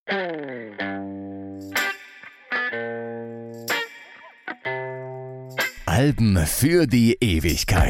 Alben für die Ewigkeit.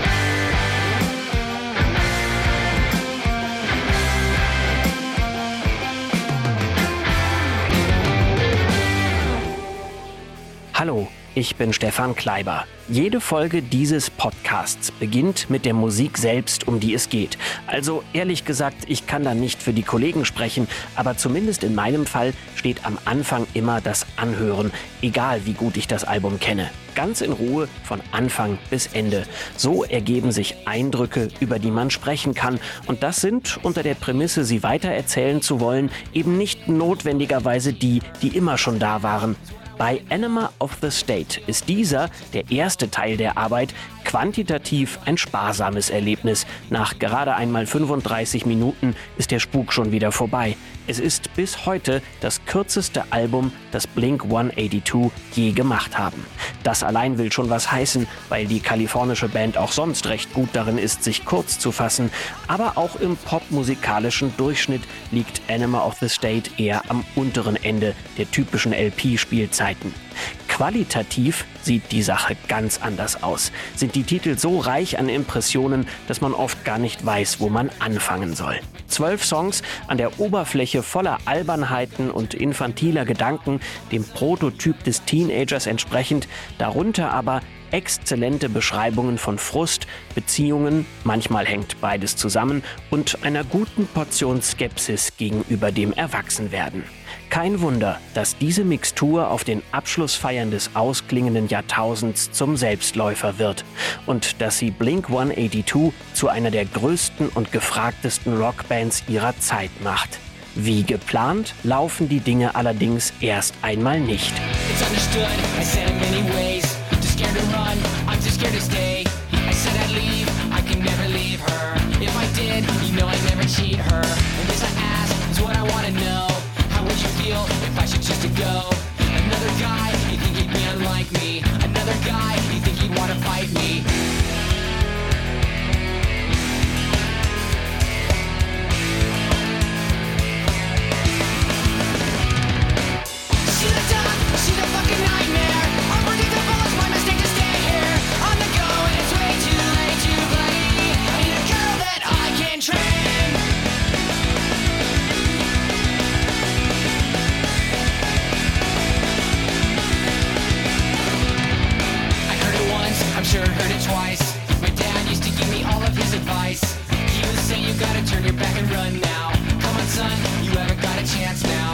Hallo, ich bin Stefan Kleiber. Jede Folge dieses Podcasts beginnt mit der Musik selbst, um die es geht. Also ehrlich gesagt, ich kann da nicht für die Kollegen sprechen, aber zumindest in meinem Fall steht am Anfang immer das Anhören, egal wie gut ich das Album kenne. Ganz in Ruhe von Anfang bis Ende. So ergeben sich Eindrücke, über die man sprechen kann. Und das sind, unter der Prämisse, sie weitererzählen zu wollen, eben nicht notwendigerweise die immer schon da waren. Bei Enema of the State ist dieser, der erste Teil der Arbeit, quantitativ ein sparsames Erlebnis. Nach gerade einmal 35 Minuten ist der Spuk schon wieder vorbei. Es ist bis heute das kürzeste Album, das Blink-182 je gemacht haben. Das allein will schon was heißen, weil die kalifornische Band auch sonst recht gut darin ist, sich kurz zu fassen. Aber auch im popmusikalischen Durchschnitt liegt Enema of the State eher am unteren Ende der typischen LP-Spielzeiten. Qualitativ sieht die Sache ganz anders aus. Sind die Titel so reich an Impressionen, dass man oft gar nicht weiß, wo man anfangen soll. 12 Songs an der Oberfläche voller Albernheiten und infantiler Gedanken, dem Prototyp des Teenagers entsprechend, darunter aber exzellente Beschreibungen von Frust, Beziehungen, manchmal hängt beides zusammen, und einer guten Portion Skepsis gegenüber dem Erwachsenwerden. Kein Wunder, dass diese Mixtur auf den Abschlussfeiern des ausklingenden Jahrtausends zum Selbstläufer wird und dass sie Blink-182 zu einer der größten und gefragtesten Rockbands ihrer Zeit macht. Wie geplant laufen die Dinge allerdings erst einmal nicht. If I should choose to go, another guy, you think he'd be unlike me? Another guy, you think he'd want to fight me? She's a duck, she's a fucking nightmare. Unpredictable, it's my mistake to stay here. On the go, and it's way too late to play. I need a girl that I can train. I'm sure heard it twice. My dad used to give me all of his advice. He would say you gotta turn your back and run now. Come on son, you haven't got a chance now.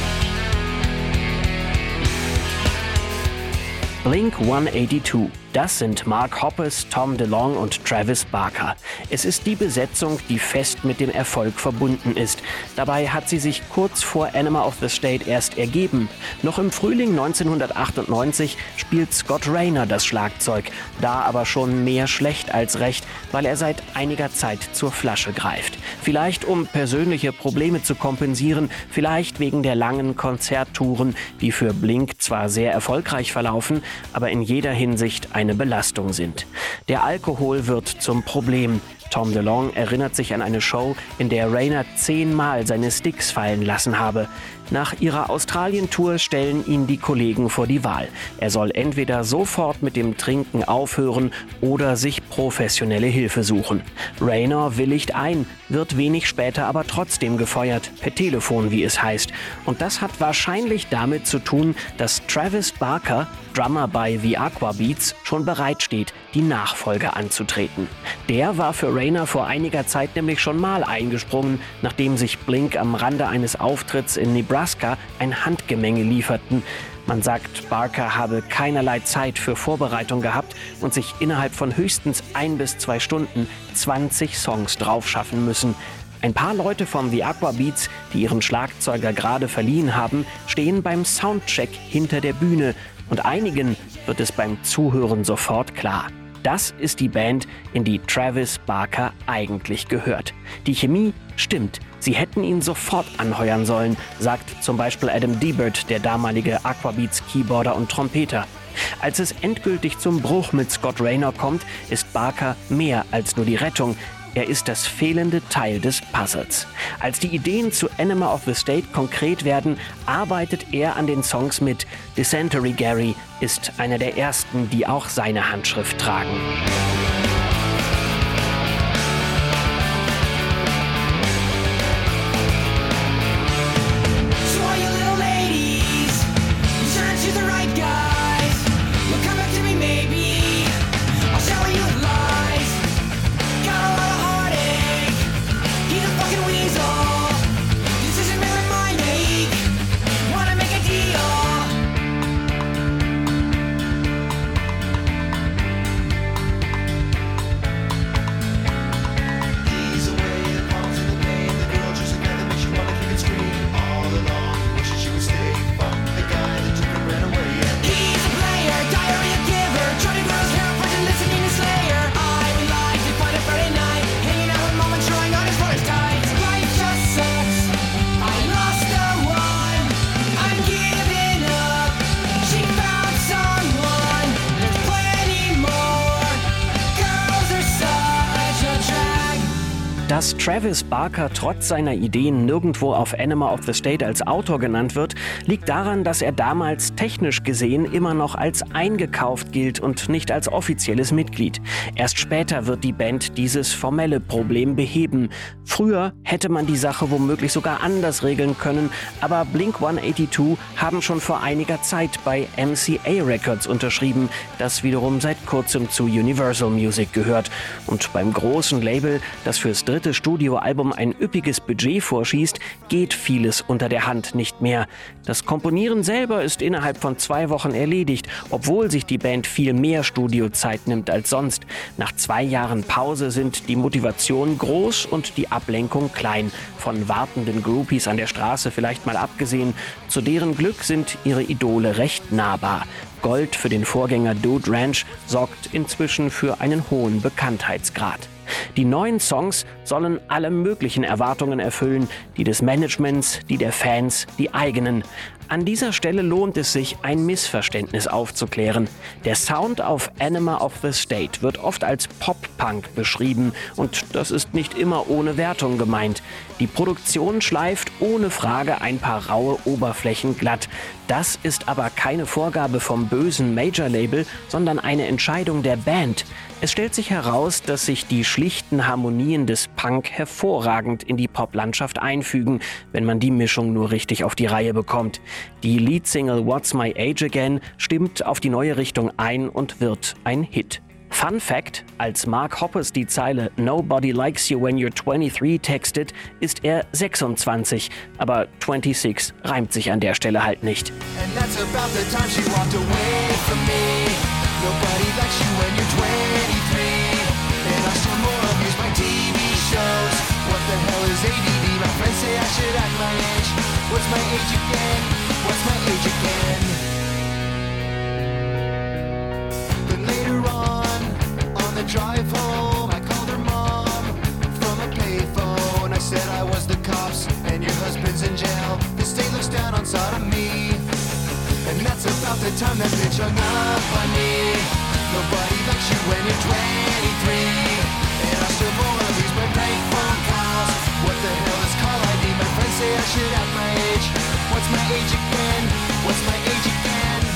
Blink-182. Das sind Mark Hoppus, Tom DeLonge und Travis Barker. Es ist die Besetzung, die fest mit dem Erfolg verbunden ist. Dabei hat sie sich kurz vor Enema of the State erst ergeben. Noch im Frühling 1998 spielt Scott Raynor das Schlagzeug, da aber schon mehr schlecht als recht, weil er seit einiger Zeit zur Flasche greift. Vielleicht um persönliche Probleme zu kompensieren, vielleicht wegen der langen Konzerttouren, die für Blink zwar sehr erfolgreich verlaufen, aber in jeder Hinsicht eine Belastung sind. Der Alkohol wird zum Problem. Tom DeLonge erinnert sich an eine Show, in der Raynor 10-mal seine Sticks fallen lassen habe. Nach ihrer Australien-Tour stellen ihn die Kollegen vor die Wahl. Er soll entweder sofort mit dem Trinken aufhören oder sich professionelle Hilfe suchen. Raynor willigt ein, wird wenig später aber trotzdem gefeuert, per Telefon, wie es heißt. Und das hat wahrscheinlich damit zu tun, dass Travis Barker, Drummer bei The Aquabeats, schon bereitsteht, die Nachfolge anzutreten. Der war für Raynor vor einiger Zeit nämlich schon mal eingesprungen, nachdem sich Blink am Rande eines Auftritts in Nebraska ein Handgemenge lieferten. Man sagt, Barker habe keinerlei Zeit für Vorbereitung gehabt und sich innerhalb von höchstens 1 bis 2 Stunden 20 Songs draufschaffen müssen. Ein paar Leute vom The Aquabeats, die ihren Schlagzeuger gerade verliehen haben, stehen beim Soundcheck hinter der Bühne und einigen wird es beim Zuhören sofort klar. Das ist die Band, in die Travis Barker eigentlich gehört. Die Chemie stimmt. Sie hätten ihn sofort anheuern sollen, sagt zum Beispiel Adam Debert, der damalige Aquabeats-Keyboarder und Trompeter. Als es endgültig zum Bruch mit Scott Raynor kommt, ist Barker mehr als nur die Rettung. Er ist das fehlende Teil des Puzzles. Als die Ideen zu Enema of the State konkret werden, arbeitet er an den Songs mit. Dysentery Gary ist einer der ersten, die auch seine Handschrift tragen. Dass Travis Barker trotz seiner Ideen nirgendwo auf Enema of the State als Autor genannt wird, liegt daran, dass er damals technisch gesehen immer noch als eingekauft gilt und nicht als offizielles Mitglied. Erst später wird die Band dieses formelle Problem beheben. Früher hätte man die Sache womöglich sogar anders regeln können, aber Blink-182 haben schon vor einiger Zeit bei MCA Records unterschrieben, das wiederum seit kurzem zu Universal Music gehört. Und beim großen Label, das fürs dritte Studioalbum ein üppiges Budget vorschießt, geht vieles unter der Hand nicht mehr. Das Komponieren selber ist innerhalb von 2 Wochen erledigt, obwohl sich die Band viel mehr Studiozeit nimmt als sonst. Nach 2 Jahren Pause sind die Motivation groß und die Ablenkung klein. Von wartenden Groupies an der Straße vielleicht mal abgesehen. Zu deren Glück sind ihre Idole recht nahbar. Gold für den Vorgänger Dude Ranch sorgt inzwischen für einen hohen Bekanntheitsgrad. Die neuen Songs sollen alle möglichen Erwartungen erfüllen, die des Managements, die der Fans, die eigenen. An dieser Stelle lohnt es sich, ein Missverständnis aufzuklären. Der Sound auf Enema of the State wird oft als Pop-Punk beschrieben und das ist nicht immer ohne Wertung gemeint. Die Produktion schleift ohne Frage ein paar raue Oberflächen glatt. Das ist aber keine Vorgabe vom bösen Major-Label, sondern eine Entscheidung der Band. Es stellt sich heraus, dass sich die schlichten Harmonien des Punk hervorragend in die Poplandschaft einfügen, wenn man die Mischung nur richtig auf die Reihe bekommt. Die Leadsingle What's My Age Again stimmt auf die neue Richtung ein und wird ein Hit. Fun Fact: Als Mark Hoppus die Zeile "Nobody likes you when you're 23" textet, ist er 26. Aber 26 reimt sich an der Stelle halt nicht. And that's about the time she walked away from me. Nobody likes you when you're 23. And I still more abuse my TV shows. What the hell is ADD? My friends say I should act my age. What's my age again? What's my age again? Then later on the drive home, I called her mom from a payphone. I said I was the cops and your husband's in jail. The state looks down on sodomy. And that's about the time that bitch hung up on me. Nobody likes you when you're 23. And I still wanna lose my prank phone calls. What the hell is call ID? My friends say I should act my age. What's my age again? What's my age again?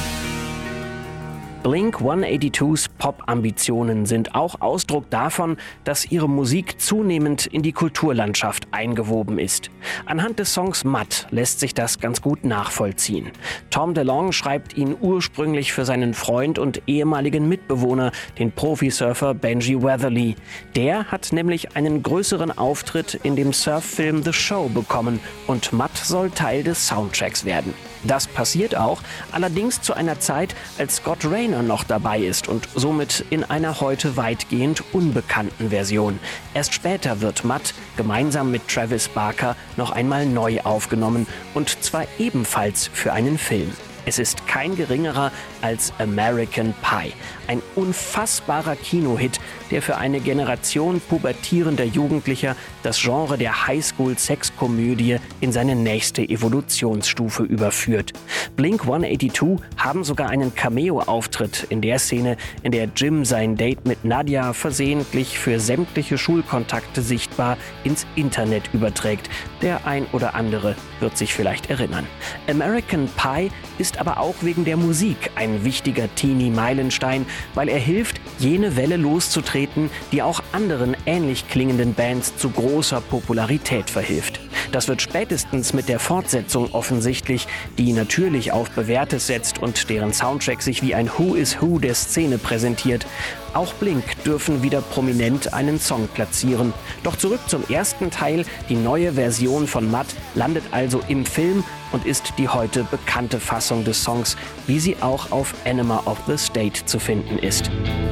Blink-182s Pop-Ambitionen sind auch Ausdruck davon, dass ihre Musik zunehmend in die Kulturlandschaft eingewoben ist. Anhand des Songs Mud lässt sich das ganz gut nachvollziehen. Tom DeLonge schreibt ihn ursprünglich für seinen Freund und ehemaligen Mitbewohner, den Profisurfer Benji Weatherly. Der hat nämlich einen größeren Auftritt in dem Surffilm The Show bekommen und Mud soll Teil des Soundtracks werden. Das passiert auch, allerdings zu einer Zeit, als Scott Raynor noch dabei ist und somit in einer heute weitgehend unbekannten Version. Erst später wird Mud gemeinsam mit Travis Barker noch einmal neu aufgenommen und zwar ebenfalls für einen Film. Es ist kein geringerer als American Pie. Ein unfassbarer Kinohit, der für eine Generation pubertierender Jugendlicher das Genre der Highschool-Sexkomödie in seine nächste Evolutionsstufe überführt. Blink-182 haben sogar einen Cameo-Auftritt in der Szene, in der Jim sein Date mit Nadia versehentlich für sämtliche Schulkontakte sichtbar ins Internet überträgt. Der ein oder andere wird sich vielleicht erinnern. American Pie ist aber auch wegen der Musik ein wichtiger Teenie-Meilenstein, weil er hilft, jene Welle loszutreten, die auch anderen ähnlich klingenden Bands zu großer Popularität verhilft. Das wird spätestens mit der Fortsetzung offensichtlich, die natürlich auf Bewährtes setzt und deren Soundtrack sich wie ein Who is Who der Szene präsentiert. Auch Blink dürfen wieder prominent einen Song platzieren. Doch zurück zum ersten Teil. Die neue Version von Mud landet also im Film und ist die heute bekannte Fassung des Songs, wie sie auch auf Enema of the State zu finden ist.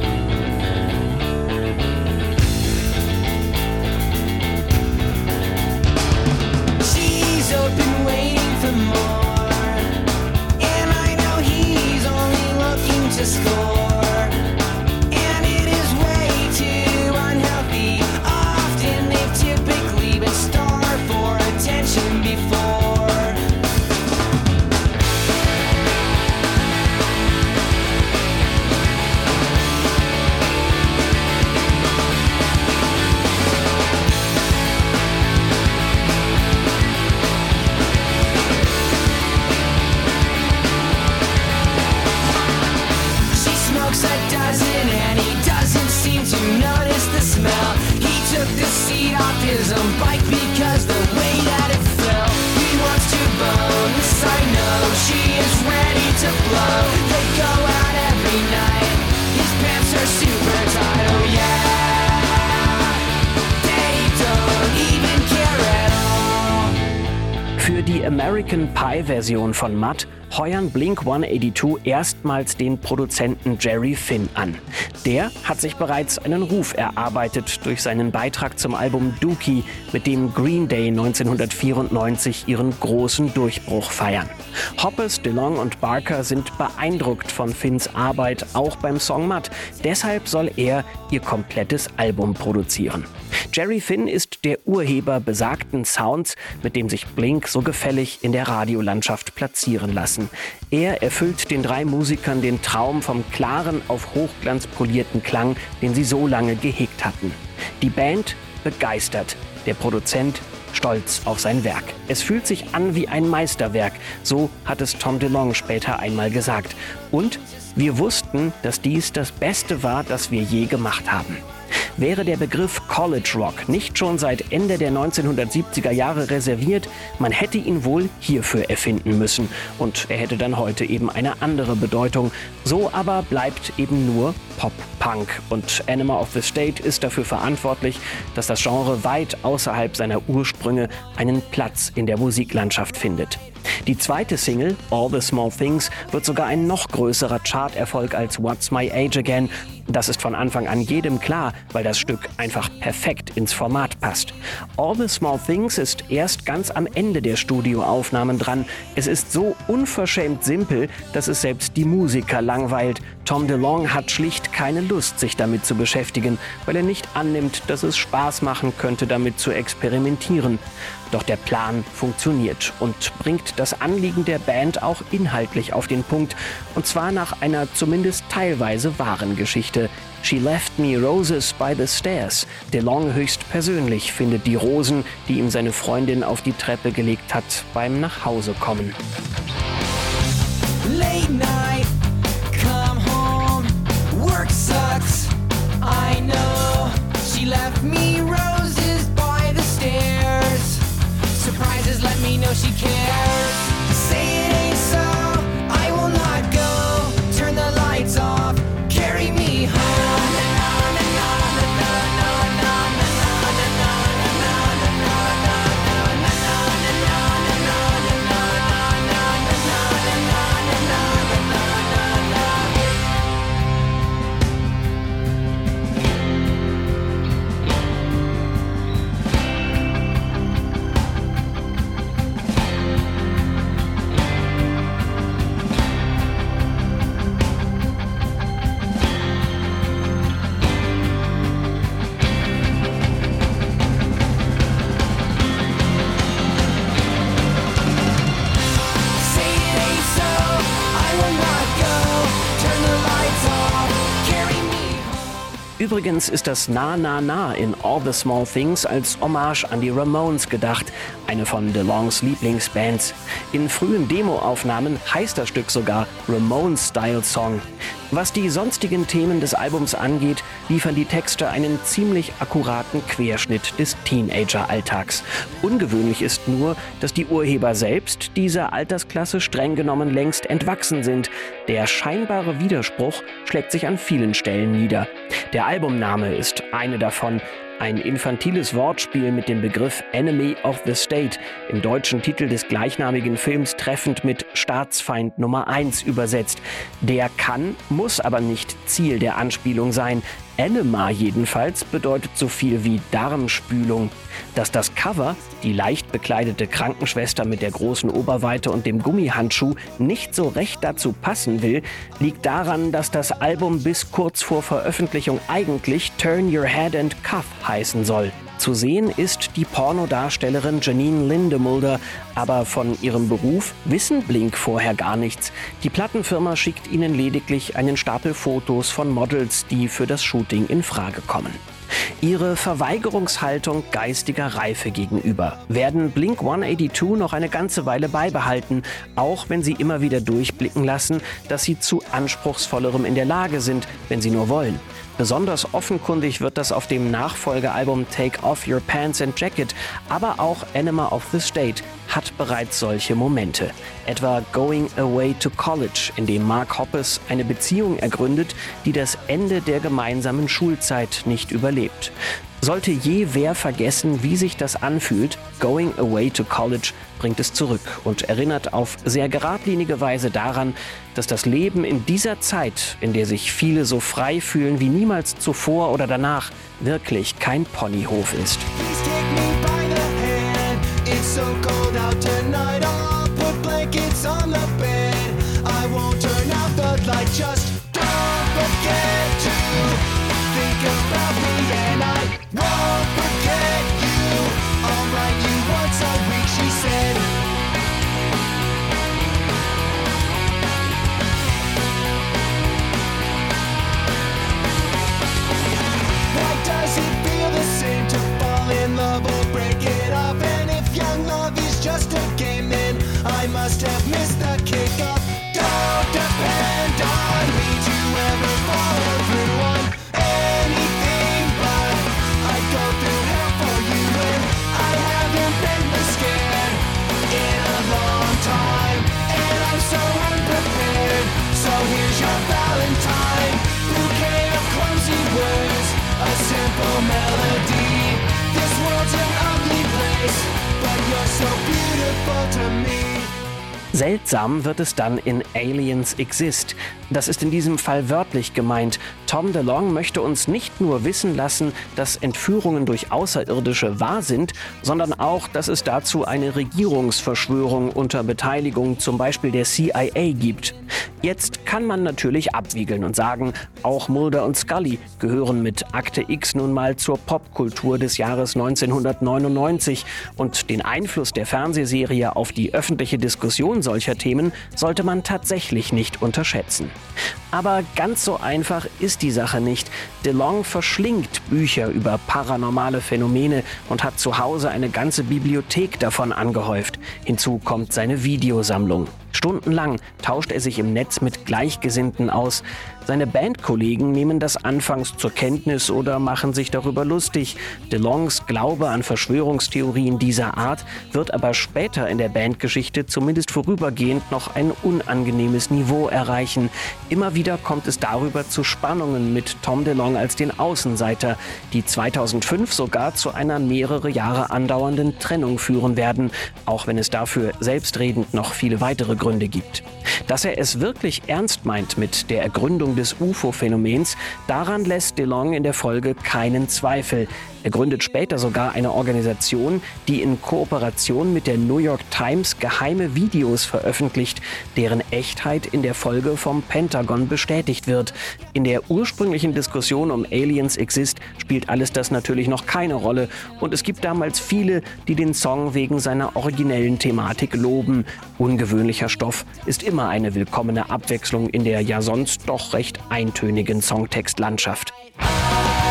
And he doesn't seem to notice the smell. He took the seat off his own bike because the way that it fell. He wants to bone, this I know. She is ready to blow. They go out every night. His pants are super tight, oh yeah. They don't even care at all. Für die American Pie-Version von Mud heuern Blink-182 erstmals den Produzenten Jerry Finn an. Der hat sich bereits einen Ruf erarbeitet durch seinen Beitrag zum Album Dookie, mit dem Green Day 1994 ihren großen Durchbruch feiern. Hoppes, DeLonge und Barker sind beeindruckt von Finns Arbeit, auch beim Song Mud. Deshalb soll er ihr komplettes Album produzieren. Jerry Finn ist der Urheber besagten Sounds, mit dem sich Blink so gefällig in der Radiolandschaft platzieren lassen. Er erfüllt den drei Musikern den Traum vom klaren, auf Hochglanz polierten Klang, den sie so lange gehegt hatten. Die Band begeistert, der Produzent stolz auf sein Werk. Es fühlt sich an wie ein Meisterwerk, so hat es Tom DeLonge später einmal gesagt. Und wir wussten, dass dies das Beste war, das wir je gemacht haben. Wäre der Begriff College Rock nicht schon seit Ende der 1970er Jahre reserviert, man hätte ihn wohl hierfür erfinden müssen. Und er hätte dann heute eben eine andere Bedeutung. So aber bleibt eben nur Pop-Punk. Und Enema of the State ist dafür verantwortlich, dass das Genre weit außerhalb seiner Ursprünge einen Platz in der Musiklandschaft findet. Die zweite Single, All the Small Things, wird sogar ein noch größerer Charterfolg als What's My Age Again. Das ist von Anfang an jedem klar, weil das Stück einfach perfekt ins Format passt. All the Small Things ist erst ganz am Ende der Studioaufnahmen dran. Es ist so unverschämt simpel, dass es selbst die Musiker langweilt. Tom DeLonge hat schlicht keine Lust, sich damit zu beschäftigen, weil er nicht annimmt, dass es Spaß machen könnte, damit zu experimentieren. Doch der Plan funktioniert und bringt das Anliegen der Band auch inhaltlich auf den Punkt, und zwar nach einer zumindest teilweise wahren Geschichte. She left me roses by the stairs. DeLonge höchstpersönlich findet die Rosen, die ihm seine Freundin auf die Treppe gelegt hat, beim Nachhausekommen. Late night, come home, work sucks, I know. She left me roses by the stairs. Surprises let me know she cares. Say it ain't so, I will not go. Turn the lights off, carry me home. Übrigens ist das Na Na Na in All the Small Things als Hommage an die Ramones gedacht, eine von DeLonges Lieblingsbands. In frühen Demoaufnahmen heißt das Stück sogar Ramones-Style-Song. Was die sonstigen Themen des Albums angeht, liefern die Texte einen ziemlich akkuraten Querschnitt des Teenager-Alltags. Ungewöhnlich ist nur, dass die Urheber selbst dieser Altersklasse streng genommen längst entwachsen sind. Der scheinbare Widerspruch schlägt sich an vielen Stellen nieder. Der Albumname ist eine davon. Ein infantiles Wortspiel mit dem Begriff Enemy of the State, im deutschen Titel des gleichnamigen Films treffend mit Staatsfeind Nummer 1 übersetzt. Der kann, muss aber nicht Ziel der Anspielung sein. Enema jedenfalls bedeutet so viel wie Darmspülung. Dass das Cover, die leicht bekleidete Krankenschwester mit der großen Oberweite und dem Gummihandschuh, nicht so recht dazu passen will, liegt daran, dass das Album bis kurz vor Veröffentlichung eigentlich Turn Your Head and Cuff heißen soll. Zu sehen ist die Pornodarstellerin Janine Lindemulder, aber von ihrem Beruf wissen Blink vorher gar nichts. Die Plattenfirma schickt ihnen lediglich einen Stapel Fotos von Models, die für das Shooting in Frage kommen. Ihre Verweigerungshaltung geistiger Reife gegenüber werden Blink-182 noch eine ganze Weile beibehalten, auch wenn sie immer wieder durchblicken lassen, dass sie zu Anspruchsvollerem in der Lage sind, wenn sie nur wollen. Besonders offenkundig wird das auf dem Nachfolgealbum Take Off Your Pants and Jacket, aber auch Enema of the State hat bereits solche Momente. Etwa Going Away to College, in dem Mark Hoppus eine Beziehung ergründet, die das Ende der gemeinsamen Schulzeit nicht überlebt. Sollte je wer vergessen, wie sich das anfühlt, Going Away to College bringt es zurück und erinnert auf sehr geradlinige Weise daran, dass das Leben in dieser Zeit, in der sich viele so frei fühlen wie niemals zuvor oder danach, wirklich kein Ponyhof ist. Please take me by the hand. It's so cold out tonight. I'll put blankets on the bed. I won't turn out the light. Just don't forget to think about me, and I won't forget you. I'll write you once a week, she said. Why does it feel the same to fall in love or break it off? And if young love is just a game, then I must have missed the kickoff. Don't depend on me to ever follow through on anything, but I go through hell for you, and I haven't been this scared in a long time, and I'm so unprepared. So here's your Valentine, bouquet of clumsy words, a simple melody. This world's an ugly place, but you're so beautiful to me. Seltsam wird es dann in Aliens Exist. Das ist in diesem Fall wörtlich gemeint. Tom DeLonge möchte uns nicht nur wissen lassen, dass Entführungen durch Außerirdische wahr sind, sondern auch, dass es dazu eine Regierungsverschwörung unter Beteiligung zum Beispiel der CIA gibt. Jetzt kann man natürlich abwiegeln und sagen, auch Mulder und Scully gehören mit Akte X nun mal zur Popkultur des Jahres 1999 und den Einfluss der Fernsehserie auf die öffentliche Diskussion solcher Themen sollte man tatsächlich nicht unterschätzen. Aber ganz so einfach ist die Sache nicht. DeLonge verschlingt Bücher über paranormale Phänomene und hat zu Hause eine ganze Bibliothek davon angehäuft. Hinzu kommt seine Videosammlung. Stundenlang tauscht er sich im Netz mit Gleichgesinnten aus. Seine Bandkollegen nehmen das anfangs zur Kenntnis oder machen sich darüber lustig. DeLonges Glaube an Verschwörungstheorien dieser Art wird aber später in der Bandgeschichte zumindest vorübergehend noch ein unangenehmes Niveau erreichen. Immer wieder kommt es darüber zu Spannungen mit Tom DeLonge als den Außenseiter, die 2005 sogar zu einer mehrere Jahre andauernden Trennung führen werden, auch wenn es dafür selbstredend noch viele weitere Gründe gibt. Dass er es wirklich ernst meint mit der Ergründung des UFO-Phänomens, daran lässt DeLonge in der Folge keinen Zweifel. Er gründet später sogar eine Organisation, die in Kooperation mit der New York Times geheime Videos veröffentlicht, deren Echtheit in der Folge vom Pentagon bestätigt wird. In der ursprünglichen Diskussion um Aliens Exist spielt alles das natürlich noch keine Rolle und es gibt damals viele, die den Song wegen seiner originellen Thematik loben. Ungewöhnlicher Stoff ist immer eine willkommene Abwechslung in der ja sonst doch recht eintönigen Songtextlandschaft.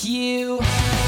you.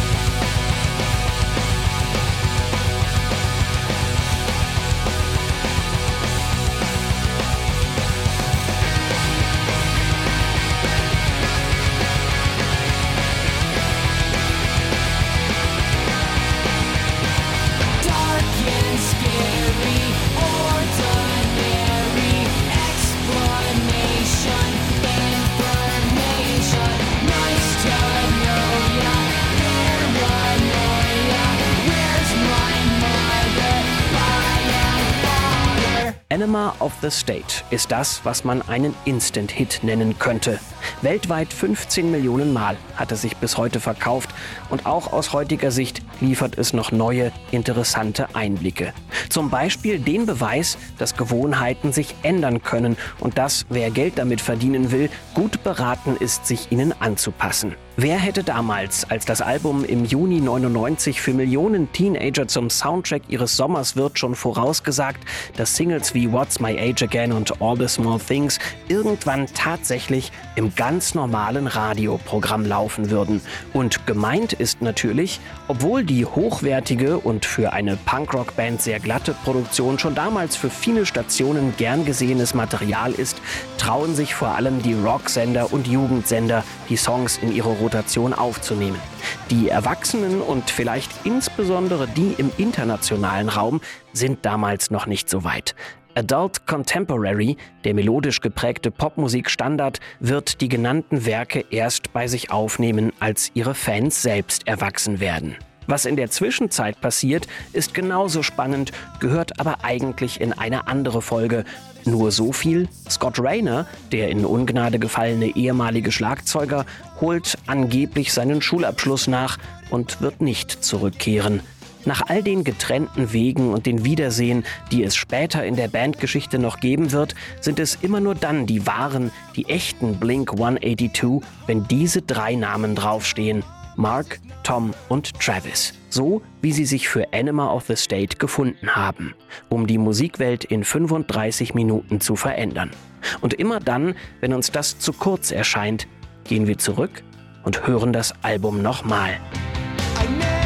Enema of the State ist das, was man einen Instant-Hit nennen könnte. Weltweit 15 Millionen Mal hat es sich bis heute verkauft und auch aus heutiger Sicht liefert es noch neue, interessante Einblicke. Zum Beispiel den Beweis, dass Gewohnheiten sich ändern können und dass, wer Geld damit verdienen will, gut beraten ist, sich ihnen anzupassen. Wer hätte damals, als das Album im Juni 99 für Millionen Teenager zum Soundtrack ihres Sommers wird, schon vorausgesagt, dass Singles wie What's My Age Again und All the Small Things irgendwann tatsächlich im ganz normalen Radioprogramm laufen würden. Und gemeint ist natürlich, obwohl die hochwertige und für eine Punkrock-Band sehr glatte Produktion schon damals für viele Stationen gern gesehenes Material ist, trauen sich vor allem die Rocksender und Jugendsender, die Songs in ihre Rotation aufzunehmen. Die Erwachsenen und vielleicht insbesondere die im internationalen Raum sind damals noch nicht so weit. Adult Contemporary, der melodisch geprägte Popmusikstandard, wird die genannten Werke erst bei sich aufnehmen, als ihre Fans selbst erwachsen werden. Was in der Zwischenzeit passiert, ist genauso spannend, gehört aber eigentlich in eine andere Folge. Nur so viel: Scott Raynor, der in Ungnade gefallene ehemalige Schlagzeuger, holt angeblich seinen Schulabschluss nach und wird nicht zurückkehren. Nach all den getrennten Wegen und den Wiedersehen, die es später in der Bandgeschichte noch geben wird, sind es immer nur dann die wahren, die echten Blink-182, wenn diese drei Namen draufstehen: Mark, Tom und Travis. So, wie sie sich für Enema of the State gefunden haben, um die Musikwelt in 35 Minuten zu verändern. Und immer dann, wenn uns das zu kurz erscheint, gehen wir zurück und hören das Album nochmal. I